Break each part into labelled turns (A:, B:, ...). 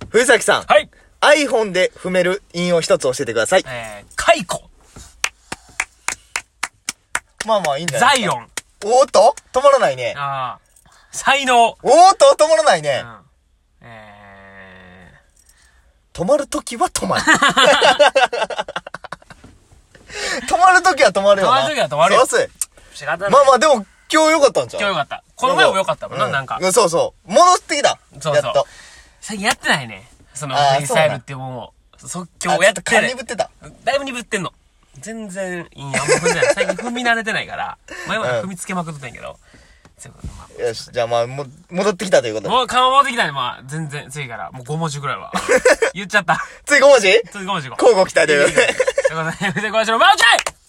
A: 藤崎さん。
B: はい。
A: iPhone で踏める韻を一つ教えてください。
B: 解雇。
A: まあまあいいんじゃないですか。
B: ザイオン。
A: おーっと止まらないね。
B: ああ。才能。
A: おーっと止まらないね。止まるときは止まる。止まるときは止まるよな。
B: 止まるときは止まるよ。
A: そうっす。
B: 仕方ない。
A: まあまあでも今日良かったんちゃう？
B: 今日よかった。この前も良かったもんな、なんか。
A: そうそう。戻ってきた。
B: そうそう。
A: やっと。
B: 最近やってないね。その、
A: あー
B: フリースタイルっていうもんを。即興やって
A: ちょっと鈍ってた。
B: だいぶ鈍ってんの。全然、いいやんま踏んでない。最近踏み慣れてないから、前まで踏みつけまくってたんやけど。そういうことまあ
A: よし、じゃあまあ、戻ってきたということで。
B: もう、かま戻ってきたね、まあ、全然、次から。もう5文字くらいは。言っちゃった。
A: 次5文字？
B: 次5文字。
A: 交互期待ということで。
B: ということで、やめてこいしろ、マウチ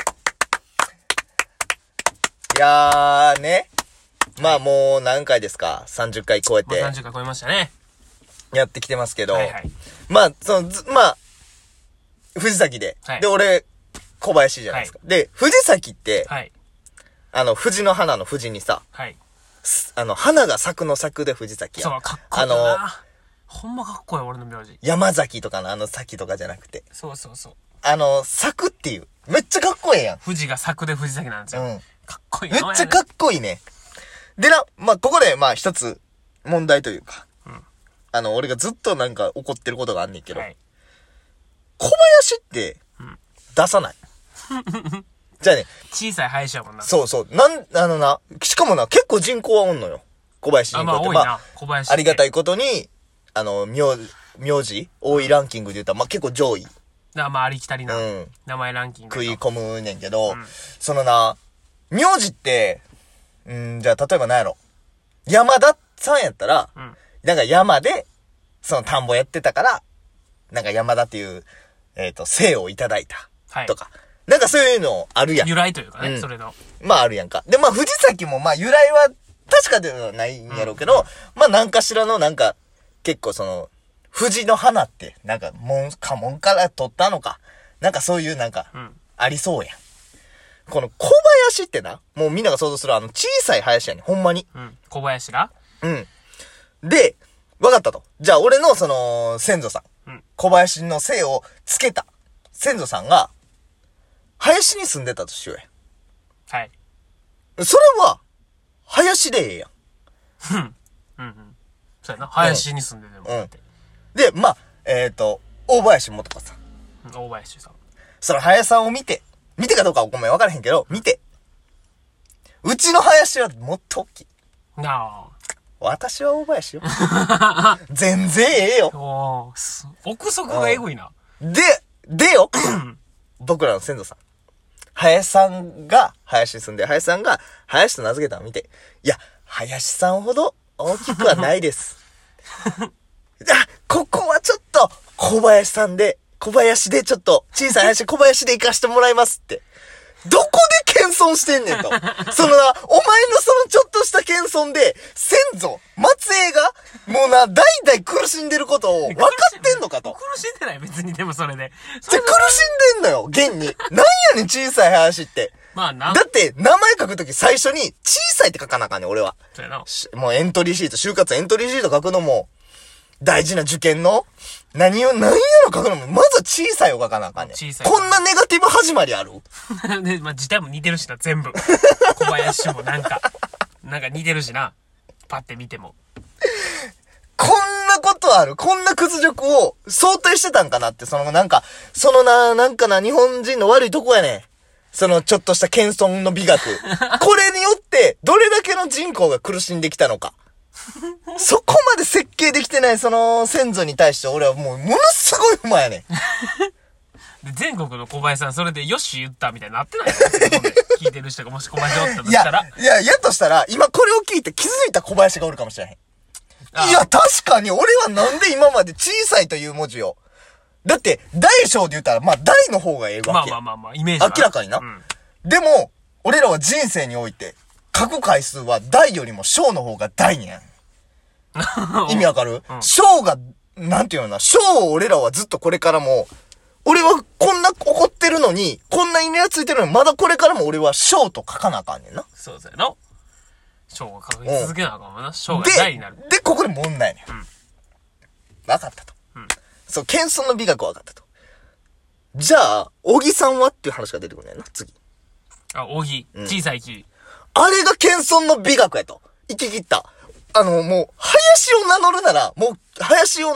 A: いやーね。まあもう何回ですか ?30 回超えて。
B: もう30回超えましたね。
A: やってきてますけど。
B: はいはい。
A: まあ、まあ、藤崎で。
B: はい
A: で、俺、小林じゃないですか。で、藤崎って、
B: はい。
A: 藤の花の藤にさ、
B: はい。
A: 花が咲くの咲くで藤崎や。
B: そう、かっこいいな。ほんまかっこいい、俺の名字。
A: 山崎とかの咲とかじゃなくて。
B: そうそうそう。
A: 咲くっていう。めっちゃかっこいいやん。
B: 富士が咲くで藤崎なんですよ。
A: うん。
B: かっこいい
A: めっちゃかっこいいね。でな、まあ、ここで、まあ、一つ、問題というか、俺がずっとなんか怒ってることがあんねんけど、
B: はい。
A: 小林って、出さない。じゃあね、
B: 小さい林やもんな。
A: そうそう、しかもな、結構人口はおんのよ。小林人口って。
B: まあ多いな、小林。
A: ありがたいことに、名字多いランキングで言ったら、まあ、結構上位。
B: まあ、ありきたりな。
A: うん
B: 名前ランキング。
A: 食い込むねんけど、そのな、名字って、じゃあ例えば何やろ。山田さんやったら、なんか山で、その田んぼやってたから、なんか山田っていう、姓をいただいた。
B: はい。
A: とか。なんかそういうのあるやん。
B: 由来というかね、それの。
A: まああるやんか。で、まあ藤崎もまあ由来は確かではないんやろうけど、まあなんかしらのなんか、結構その、藤の花って、なんか家紋から取ったのか。なんかそういうなんか、ありそうやん。この小林ってな、もうみんなが想像する小さい林やねん、ほんまに。
B: 小林が
A: で、わかったと。じゃあ俺のその、先祖さん。小林の姓をつけた先祖さんが、林に住んでたとしようや。
B: はい。
A: それは、林でええやん。
B: そうやな。林に住んでてもらって。
A: で、まあ、大林元子さん。
B: 大林さん。
A: その林さんを見てかどうかはごめん分からへんけど、見て。うちの林はもっと大きい。
B: なあ。
A: 私は大林よ。全然ええよ。
B: 憶測がエグいな。
A: でよ。僕らの先祖さん。林さんが、林に住んで、林さんが、林と名付けたのを見て、いや、林さんほど大きくはないです。ここはちょっと、小林でちょっと、小さい林、小林で行かしてもらいますって。どこで謙遜してんねんと。そのな、お前のそのちょっとした謙遜で、先祖、末裔が、もうな、代々苦しんでることを分かってんのかと。
B: 苦しんでない別に、でもそれで。
A: 苦しんでんのよ、現に。なんやねん、小さい林って。
B: まあな。
A: だって、名前書くとき最初に、小さいって書かなあかんねん、俺は。
B: そうやな。
A: もうエントリーシート、就活エントリーシート書くのも、大事な受験の何やろ書くのも、まずは小さいを書かなあかんねん。
B: 小さい。
A: こんなネガティブ始まりある
B: で、まあ、字体も似てるしな、全部。小林もなんか似てるしな。パッて見ても。
A: こんなことあるこんな屈辱を想定してたんかなって、日本人の悪いとこやねん。その、ちょっとした謙遜の美学。これによって、どれだけの人口が苦しんできたのか。そこまで設計できてないその先祖に対して俺はもうものすごい不満やねん。
B: で、全国の小林さんそれでよし言ったみたいになってないの聞いてる人がもし小林おったとしたら。
A: やとしたら、今これを聞いて気づいた小林がおるかもしれへん。いや、確かに俺はなんで今まで小さいという文字を。だって、大小で言ったら、まあ大の方がええわけ。
B: まあ、イメージは。
A: 明らかにな。でも、俺らは人生において、書く回数は大よりも小の方が大やん。意味わかる？小が、なんていうのな、小を俺らはずっとこれからも、俺はこんな怒ってるのに、こんなイメージついてるのに、まだこれからも俺は小と書かなあかんねんな。
B: そうだよな。小が書き続けなあかんもんな。小が大になる。
A: で、ここで問題ね。わかったと。 そう、謙遜の美学は分かったと。じゃあ、小木さんはっていう話が出てくるんだよな、次。
B: あ、小木。小さい木。
A: あれが謙遜の美学やと。行き切った。もう、林を名乗るなら、もう謙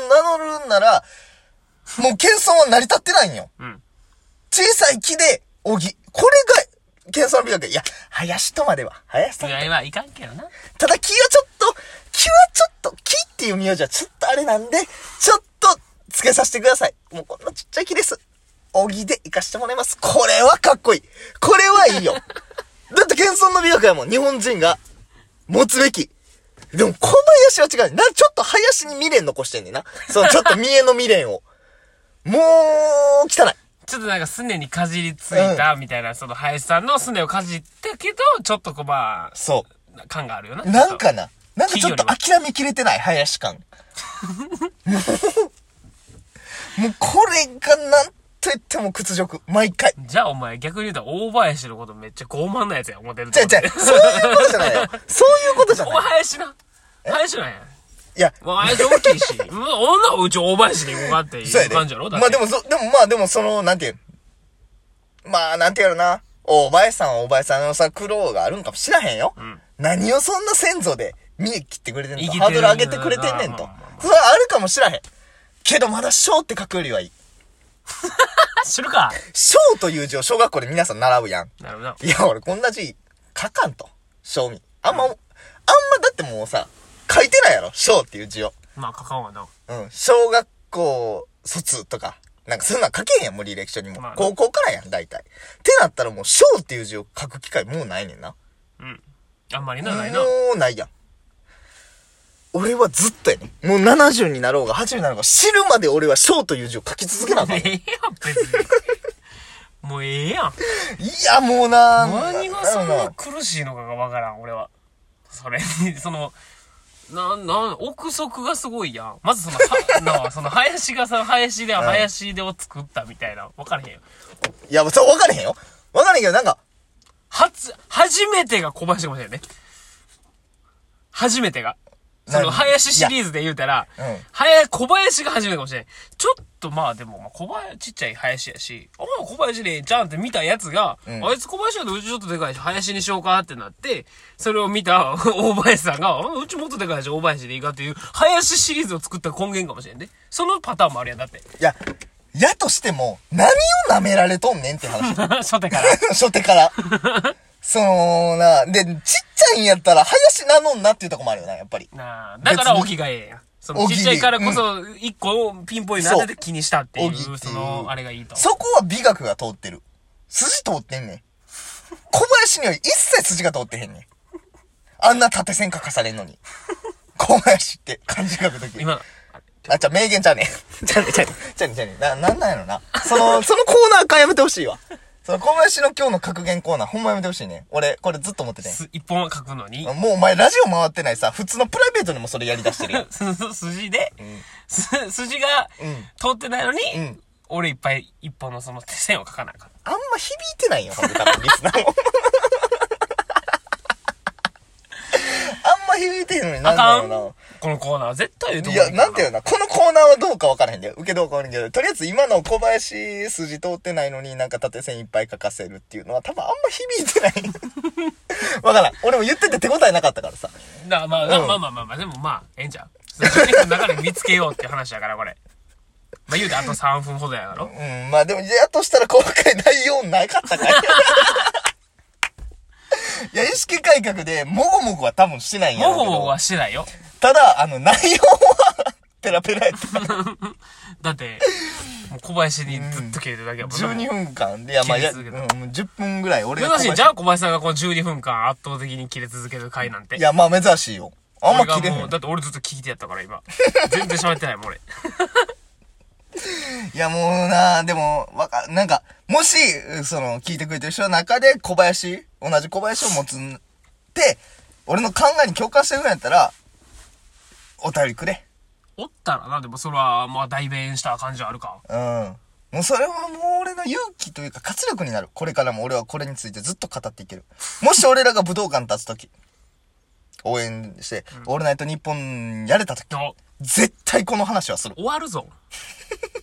A: 遜は成り立ってないんよ。
B: うん。
A: 小さい木で、小木。これが、謙遜の美学。いや、林とまでは。林さん。
B: いや、今いかんけどな。
A: ただ木っていう名字はちょっとあれなんで、ちょっと、つけさせてください。もうこんなちっちゃい木です。小木で行かしてもらいます。これはかっこいい。これはいいよ。だって謙遜の美学やもん。日本人が持つべき。でも小林は違う。ちょっと林に未練残してんねんな。ちょっと見栄の未練を。もう、汚い。
B: ちょっとなんかすねにかじりついたみたいな、その林さんのすねをかじったけど、ちょっと
A: そう。
B: 感があるよな。
A: なんかちょっと諦めきれてない、林感。もうこれがなんと言っても屈辱。毎回。
B: じゃあお前逆に言うと大林のことめっちゃ傲慢なやつや思ってるって
A: そういうことじゃないよ。そういうことじゃない。
B: お前林なんや。
A: いや。
B: もう林大きいし、女はうち大林で行こうかっていう感じやろ。
A: まあでもなんていう。まあなんていうのな。大林さんは大林さんのさ、苦労があるんかもしらへんよ。うん、何をそんな先祖で見え切ってくれてんのと、ハードル上げてくれてんねんと。それはあるかもしらへん。けどまだ小って書くよりはいい。
B: 知るか。
A: 小という字を小学校で皆さん習うやん。
B: なるほど。
A: いや、俺こんな字書かんと。小味。あんまだってもうさ、書いてないやろ。小っていう字を。
B: まあ書かんわな。
A: うん。小学校卒とか。なんかそういうのは書けへんやん、もう履歴書にも。まあ、高校からやん、大体。ってなったらもう、小っていう字を書く機会もうないねんな。
B: うん。あんまりないな。
A: もうないやん。俺はずっとやね。もう70になろうが80になろうが死ぬまで俺は小という字を書き続けなあかん。
B: ええやん、別に。もうええやん。
A: いや、もうな
B: 何がそんな苦しいのかがわからん、俺は。それに、憶測がすごいやん。まず林がさ、林でを作ったみたいな。わからへんよ。
A: いや、そう、わからへんよ。わからへんけど、なんか。
B: 初めてが小林かもしれんね。初めてが。林シリーズで言うたら、小林が初めてかもしれん。ちょっとでも、ちっちゃい林やし、小林でちゃんって見たやつが、あいつ小林やとうちちょっとでかいし、林にしようかってなって、それを見た大林さんが、うちもっとでかいし、大林でいいかっていう、林シリーズを作った根源かもしれんね。そのパターンもあるやん、だって。
A: いやとしても、何を舐められとんねんって話。
B: 初手から。
A: 初手から。で、ちっちゃいんやったら、林名乗んなっていうとこもあるよな、やっぱり。
B: だから、大きがええやん。ちっちゃいからこそ、一個ピンポイント当てて気にしたっていう、あれがいいと。
A: そこは美学が通ってる。筋通ってんねん。小林には一切筋が通ってへんねん。あんな縦線書かされんのに。小林って漢字書くとき。名言ちゃうねん。ちゃうねん。なんやろな。そのコーナーかやめてほしいわ。小林の今日の格言コーナー、ほんまやめてほしいね。俺、これずっと思ってて。
B: 一本書くのに
A: もうお前ラジオ回ってないさ、普通のプライベートにもそれやり出してるよ。
B: 筋で、筋が通ってないのに、俺いっぱい一本のその線を書かないから。
A: あんま響いてないよ、ほんと多分リスナーも。あんま響いてへんのになんだろうな。
B: このコーナーは絶対言うと思う。
A: いや、なんていうのこのコーナーはどうか分からへんだよ。受けどうか分からへんけど、とりあえず今の小林筋通ってないのになんか縦線いっぱい書かせるっていうのは多分あんま響いてない。分からん。俺も言ってて手応えなかったからさ。
B: まあ、でもええんちゃう。12分の中で見つけようっていう話だから、これ。言うてあと3分ほどやろ。
A: でも、やとしたら今回内容なかったかい。いや、意識改革で、もごもごは多分しないんやろうけど。
B: もごもごはしないよ。
A: ただ、内容は、ペラペラやった。
B: だって、もう小林にずっと切れてるだけやもん
A: 12分間で、10分ぐらい俺
B: が。珍しいじゃん、小林さんがこの12分間圧倒的に切れ続ける回なんて。
A: いや、珍しいよ。あんま切れへん。
B: だって俺ずっと聞いてやったから今。全然喋ってないもん、俺。
A: いや、もうでも、なんか、もし、聞いてくれてる人の中で同じ小林を持つって、俺の考えに共感してくれんやったら、お便りくれ。
B: おったらな、でもそれは、代弁した感じはあるか。
A: もうそれはもう俺の勇気というか活力になる。これからも俺はこれについてずっと語っていける。もし俺らが武道館立つとき、応援して、オールナイトニッポンやれたとき、絶対この話はする。
B: 終わるぞ。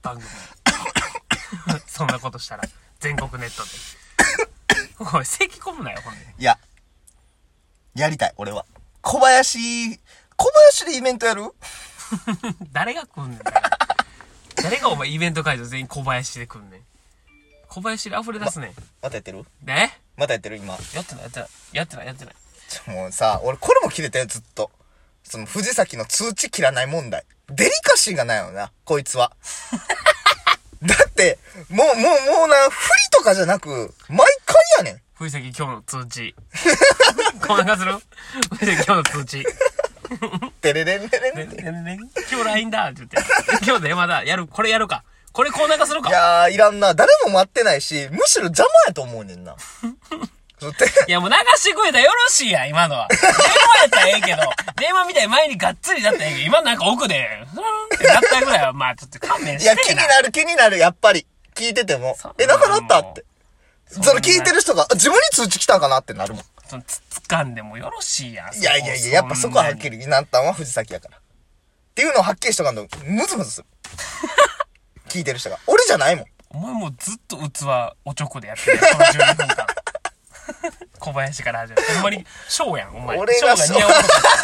B: 番組。そんなことしたら、全国ネットで。おい、咳込むなよ、ほんで。
A: いや、やりたい、俺は。小林でイベントやる？
B: 誰が来んねん。誰がお前イベント会場全員小林で来んねん。小林で溢れ出すねん。
A: またやってる？
B: ね？
A: またやってる今。
B: やってない。
A: もうさ、俺これも切れたよ、ずっと。その藤崎の通知切らない問題。デリカシーがないよな、こいつは。だって、もうな、振りとかじゃなく、毎回やねん。
B: 藤崎今日の通知。こんな感じする？藤崎今日の通知。
A: テレレンテレンって。
B: 今日 LINE だって言って。今日電話だ。これやるか。これコーナー化するか。
A: いやー、いらんな。誰も待ってないし、むしろ邪魔やと思うねんな。
B: いやもう流してくれたらよろしいやん、今のは。電話やったらええけど、電話みたいに前にがっつりだったらええけど、今なんか奥で、ってなったぐらいは、まあちょっと勘弁して。
A: いや、気になる、やっぱり。聞いてても。なんかなったって。その聞いてる人が、自分に通知来たんかなってなるもん。
B: その掴んでもよろしいやん。
A: いや、やっぱそこははっきりになったんは藤崎やから。っていうのをはっきりしとかんと、ムズムズする。聞いてる人が。俺じゃないもん。
B: お前もうずっと器おちょこでやってる。この12分間。小林から始める。ほんまに、ショーやん、お前。
A: 俺が
B: ショーが似合う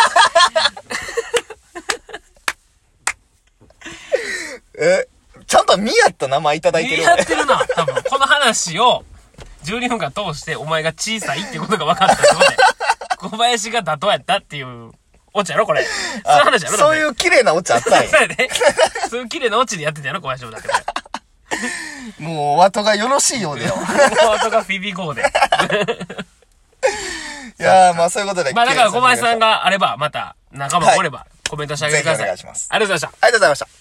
A: の。ちゃんとミヤって名前いただいてる
B: やってるな、多分。この話を、12分間通して、お前が小さいっていうことが分かったってことで。小林が妥当やったっていう、オチやろこれ。そういう話やろ
A: そういう綺麗なオチあったんや。
B: そうやで。そういう綺麗なオチでやってたやろ小林もだってこれ。
A: もう、お後がよろしいようでよ。
B: お後がフィビゴーで。
A: いやー、まあそういうことで。
B: まあだから小林さんがあれば、また、仲間がおれば、コメントしてあげてください。
A: ぜひお願いします。
B: ありがとうございました。
A: ありがとうございました。